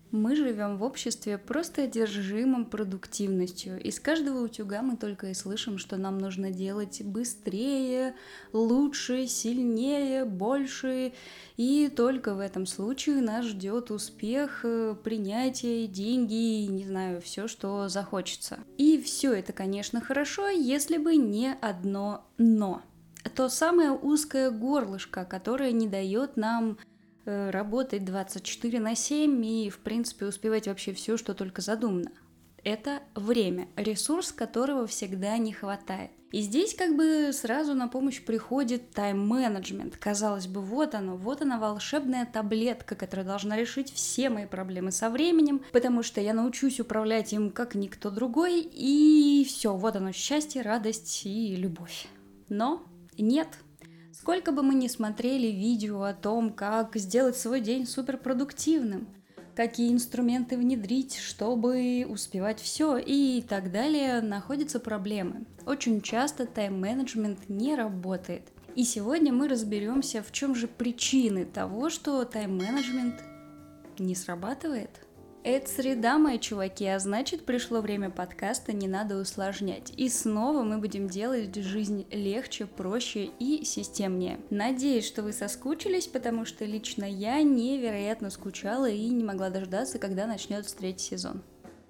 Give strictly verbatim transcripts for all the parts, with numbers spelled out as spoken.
Мы живем в обществе просто одержимым продуктивностью. Из каждого утюга мы только и слышим, что нам нужно делать быстрее, лучше, сильнее, больше. И только в этом случае нас ждет успех, принятие, деньги, не знаю, все, что захочется. И все это, конечно, хорошо, если бы не одно «но». То самое узкое горлышко, которое не дает нам работать двадцать четыре на семь и, в принципе, успевать вообще все, что только задумано. Это время, ресурс, которого всегда не хватает. И здесь как бы сразу на помощь приходит тайм-менеджмент. Казалось бы, вот оно, вот она волшебная таблетка, которая должна решить все мои проблемы со временем, потому что я научусь управлять им как никто другой, и все, вот оно, счастье, радость и любовь. Но нет. Сколько бы мы ни смотрели видео о том, как сделать свой день суперпродуктивным, какие инструменты внедрить, чтобы успевать все и так далее, находятся проблемы. Очень часто тайм-менеджмент не работает. И сегодня мы разберемся, в чем же причины того, что тайм-менеджмент не срабатывает. Это среда, мои чуваки, а значит, пришло время подкаста «Не надо усложнять». И снова мы будем делать жизнь легче, проще и системнее. Надеюсь, что вы соскучились, потому что лично я невероятно скучала и не могла дождаться, когда начнется третий сезон.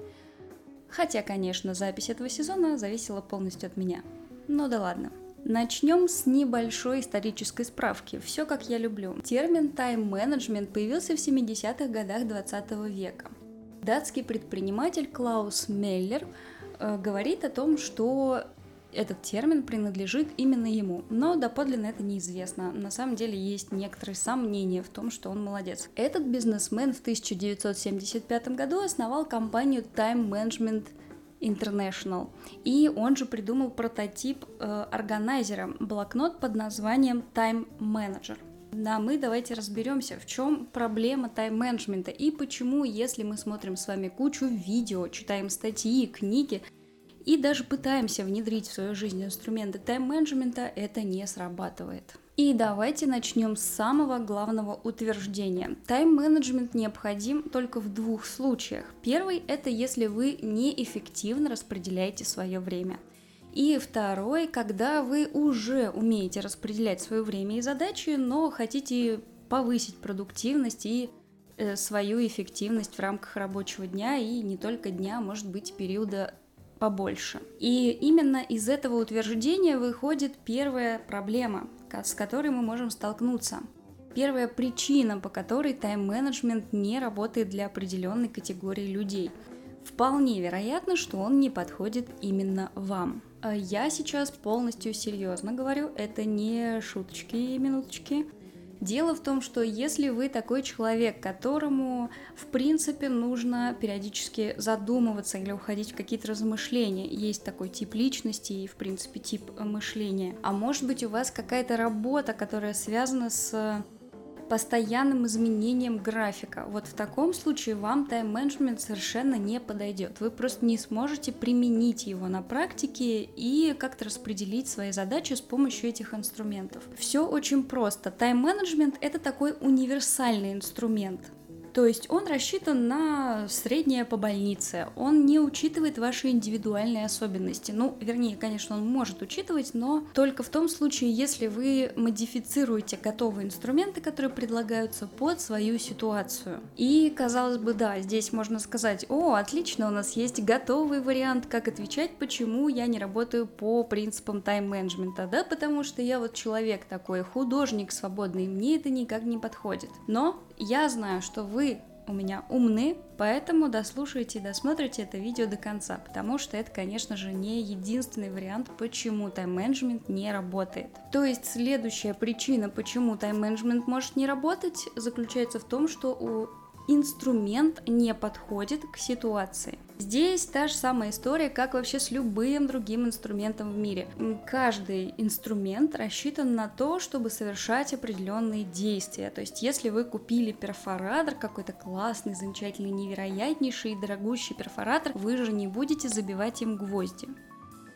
Хотя, конечно, запись этого сезона зависела полностью от меня. Ну да ладно. Начнем с небольшой исторической справки. Все как я люблю. Термин тайм-менеджмент появился в семидесятых годах двадцатого века. Датский предприниматель Клаус Меллер э, говорит о том, что этот термин принадлежит именно ему, но доподлинно это неизвестно. На самом деле есть некоторые сомнения в том, что он молодец. Этот бизнесмен в тысяча девятьсот семьдесят пятом году основал компанию Time Management International, и он же придумал прототип э, органайзера, блокнот под названием Time Manager. Да, мы давайте разберемся, в чем проблема тайм-менеджмента и почему, если мы смотрим с вами кучу видео, читаем статьи, книги и даже пытаемся внедрить в свою жизнь инструменты тайм-менеджмента, это не срабатывает. И давайте начнем с самого главного утверждения. Тайм-менеджмент необходим только в двух случаях. Первый – это если вы неэффективно распределяете свое время. И второй, когда вы уже умеете распределять свое время и задачи, но хотите повысить продуктивность и э, свою эффективность в рамках рабочего дня, и не только дня, может быть, периода побольше. И именно из этого утверждения выходит первая проблема, с которой мы можем столкнуться. Первая причина, по которой тайм-менеджмент не работает для определенной категории людей. Вполне вероятно, что он не подходит именно вам. Я сейчас полностью серьезно говорю, это не шуточки и минуточки. Дело в том, что если вы такой человек, которому, в принципе, нужно периодически задумываться или уходить в какие-то размышления, есть такой тип личности и, в принципе, тип мышления, а может быть у вас какая-то работа, которая связана с постоянным изменением графика. Вот в таком случае вам тайм-менеджмент совершенно не подойдет. Вы просто не сможете применить его на практике и как-то распределить свои задачи с помощью этих инструментов. Все очень просто. Тайм-менеджмент – это такой универсальный инструмент. То есть он рассчитан на среднее по больнице, он не учитывает ваши индивидуальные особенности. Ну, вернее, конечно, он может учитывать, но только в том случае, если вы модифицируете готовые инструменты, которые предлагаются под свою ситуацию. И, казалось бы, да, здесь можно сказать: о, отлично, у нас есть готовый вариант, как отвечать, почему я не работаю по принципам тайм-менеджмента. Да, потому что я вот человек такой, художник свободный, мне это никак не подходит. Но я знаю, что вы у меня умны, поэтому дослушайте и досмотрите это видео до конца, потому что это, конечно же, не единственный вариант, почему тайм-менеджмент не работает. То есть следующая причина, почему тайм-менеджмент может не работать, заключается в том, что у инструмент не подходит к ситуации. Здесь та же самая история, как вообще с любым другим инструментом в мире. Каждый инструмент рассчитан на то, чтобы совершать определенные действия. То есть, если вы купили перфоратор, какой-то классный, замечательный, невероятнейший, дорогущий перфоратор, вы же не будете забивать им гвозди.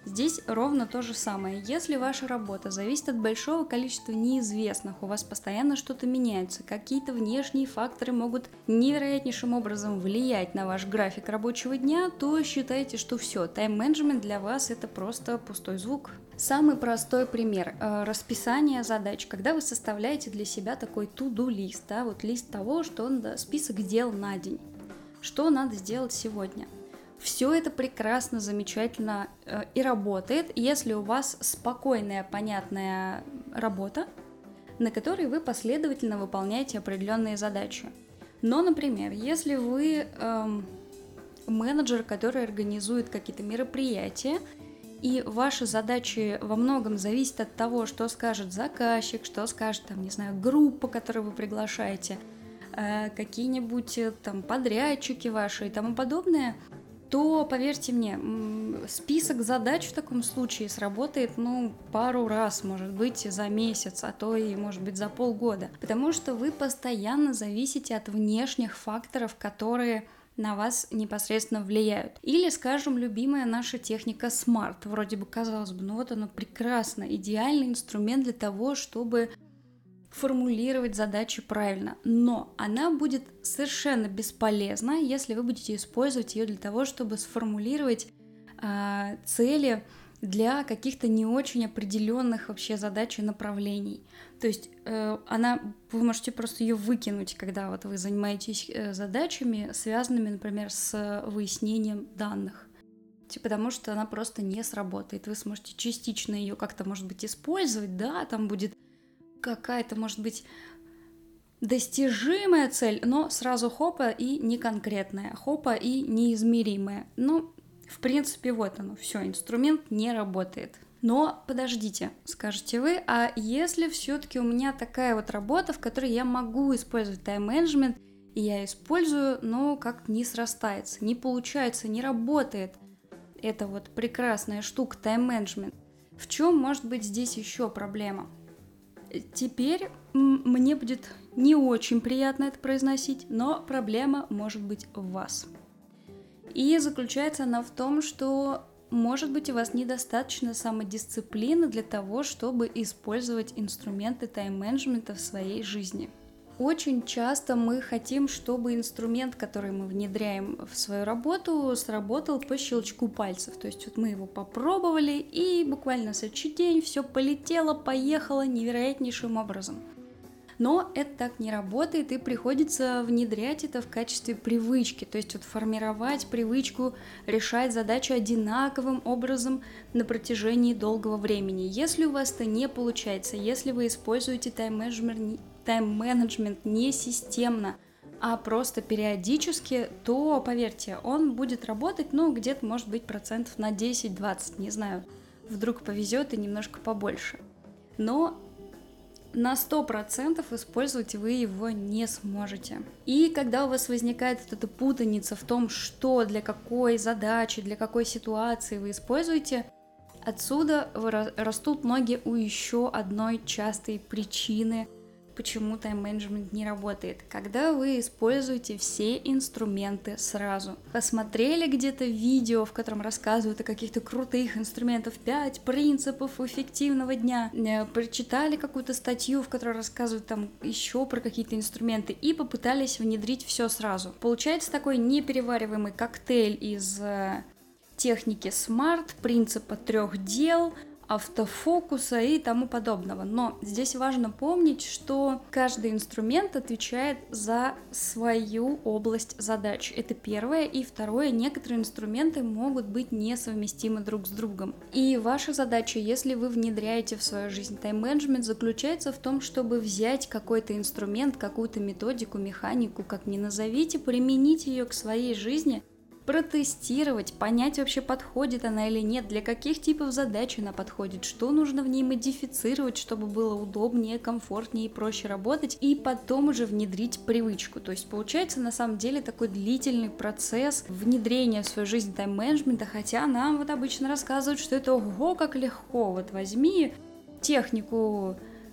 Здесь ровно то же самое. Если ваша работа зависит от большого количества неизвестных, у вас постоянно что-то меняется, какие-то внешние факторы могут невероятнейшим образом влиять на ваш график рабочего дня, то считайте, что все, тайм-менеджмент для вас это просто пустой звук. Самый простой пример – расписание задач. Когда вы составляете для себя такой to-do-лист, да, вот лист того, что да, список дел на день, что надо сделать сегодня. Все это прекрасно, замечательно э, и работает, если у вас спокойная, понятная работа, на которой вы последовательно выполняете определенные задачи. Но, например, если вы э, менеджер, который организует какие-то мероприятия, и ваши задачи во многом зависят от того, что скажет заказчик, что скажет, там, не знаю, группа, которую вы приглашаете, э, какие-нибудь там подрядчики ваши и тому подобное, то, поверьте мне, список задач в таком случае сработает, ну, пару раз, может быть, за месяц, а то и, может быть, за полгода. Потому что вы постоянно зависите от внешних факторов, которые на вас непосредственно влияют. Или, скажем, любимая наша техника смарт. Вроде бы, казалось бы, ну вот она прекрасна, идеальный инструмент для того, чтобы формулировать задачи правильно, но она будет совершенно бесполезна, если вы будете использовать ее для того, чтобы сформулировать э, цели для каких-то не очень определенных вообще задач и направлений. То есть э, она, вы можете просто ее выкинуть, когда вот вы занимаетесь э, задачами, связанными, например, с выяснением данных. Потому что она просто не сработает. Вы сможете частично ее как-то, может быть, использовать, да, там будет какая-то, может быть, достижимая цель, но сразу хопа и не конкретная, хопа и неизмеримая. Ну, в принципе, вот оно, все, инструмент не работает. Но подождите, скажете вы, а если все-таки у меня такая вот работа, в которой я могу использовать тайм-менеджмент, и я использую, но как-то не срастается, не получается, не работает эта вот прекрасная штука тайм-менеджмент. В чем может быть здесь еще проблема? Теперь мне будет не очень приятно это произносить, но проблема может быть в вас. И заключается она в том, что, может быть, у вас недостаточно самодисциплины для того, чтобы использовать инструменты тайм-менеджмента в своей жизни. Очень часто мы хотим, чтобы инструмент, который мы внедряем в свою работу, сработал по щелчку пальцев. То есть вот мы его попробовали, и буквально на следующий день все полетело, поехало невероятнейшим образом. Но это так не работает, и приходится внедрять это в качестве привычки, то есть вот формировать привычку решать задачи одинаковым образом на протяжении долгого времени. Если у вас это не получается, если вы используете тайм-менеджмент, тайм-менеджмент не системно, а просто периодически, то, поверьте, он будет работать, ну, где-то, может быть, процентов на десять-двадцать, не знаю, вдруг повезет и немножко побольше. Но на сто процентов использовать вы его не сможете. И когда у вас возникает вот эта путаница в том, что для какой задачи, для какой ситуации вы используете, отсюда растут ноги у еще одной частой причины, почему тайм-менеджмент не работает. Когда вы используете все инструменты сразу. Посмотрели где-то видео, в котором рассказывают о каких-то крутых инструментах, пять принципов эффективного дня, прочитали какую-то статью, в которой рассказывают там еще про какие-то инструменты, и попытались внедрить все сразу. Получается такой неперевариваемый коктейль из техники смарт, принципа трех дел, автофокуса и тому подобного. Но здесь важно помнить, что каждый инструмент отвечает за свою область задач. Это первое. И второе, некоторые инструменты могут быть несовместимы друг с другом. И ваша задача, если вы внедряете в свою жизнь тайм-менеджмент, заключается в том, чтобы взять какой-то инструмент, какую-то методику, механику, как ни назовите, применить ее к своей жизни, протестировать, понять вообще, подходит она или нет, для каких типов задач она подходит, что нужно в ней модифицировать, чтобы было удобнее, комфортнее и проще работать, и потом уже внедрить привычку. То есть получается на самом деле такой длительный процесс внедрения в свою жизнь тайм-менеджмента, хотя нам вот обычно рассказывают, что это ого, как легко. Вот возьми технику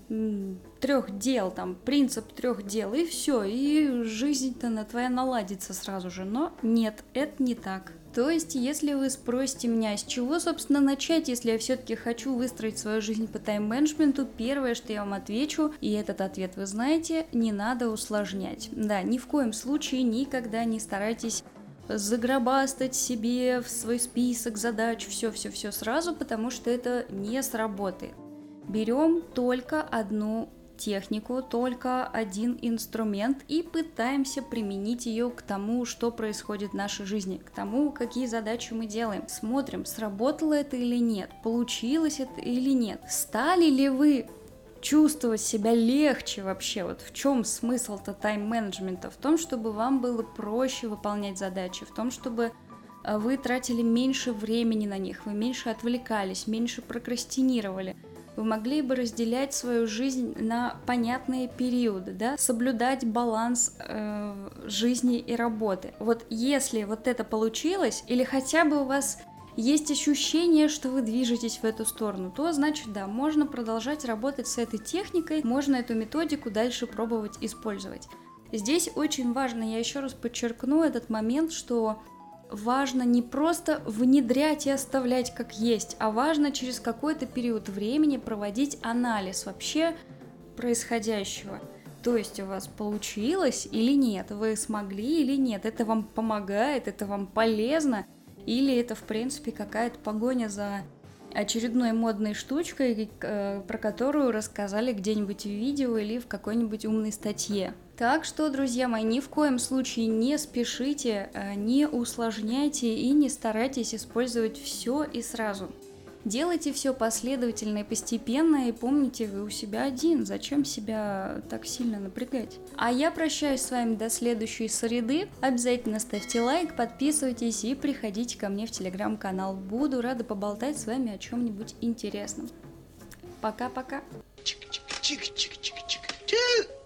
трех дел, там, принцип трех дел, и все, и жизнь-то на твоя наладится сразу же. Но нет, это не так. То есть, если вы спросите меня, с чего, собственно, начать, если я все-таки хочу выстроить свою жизнь по тайм-менеджменту, первое, что я вам отвечу, и этот ответ вы знаете, не надо усложнять. Да, ни в коем случае никогда не старайтесь загробастать себе в свой список задач все-все-все сразу, потому что это не сработает. Берем только одну технику, только один инструмент и пытаемся применить ее к тому, что происходит в нашей жизни, к тому, какие задачи мы делаем. Смотрим, сработало это или нет, получилось это или нет. Стали ли вы чувствовать себя легче вообще? Вот в чем смысл-то тайм-менеджмента? В том, чтобы вам было проще выполнять задачи, в том, чтобы вы тратили меньше времени на них, вы меньше отвлекались, меньше прокрастинировали. Вы могли бы разделять свою жизнь на понятные периоды, да, соблюдать баланс э, жизни и работы. Вот если вот это получилось, или хотя бы у вас есть ощущение, что вы движетесь в эту сторону, то значит, да, можно продолжать работать с этой техникой, можно эту методику дальше пробовать использовать. Здесь очень важно, я еще раз подчеркну этот момент, что важно не просто внедрять и оставлять как есть, а важно через какой-то период времени проводить анализ вообще происходящего. То есть у вас получилось или нет, вы смогли или нет, это вам помогает, это вам полезно, или это в принципе какая-то погоня за очередной модной штучкой, про которую рассказали где-нибудь в видео или в какой-нибудь умной статье. Так что, друзья мои, ни в коем случае не спешите, не усложняйте и не старайтесь использовать все и сразу. Делайте все последовательно и постепенно, и помните, вы у себя один, зачем себя так сильно напрягать? А я прощаюсь с вами до следующей среды, обязательно ставьте лайк, подписывайтесь и приходите ко мне в телеграм-канал, буду рада поболтать с вами о чем-нибудь интересном. Пока-пока! Чик-чик-чик-чик-чик-чик.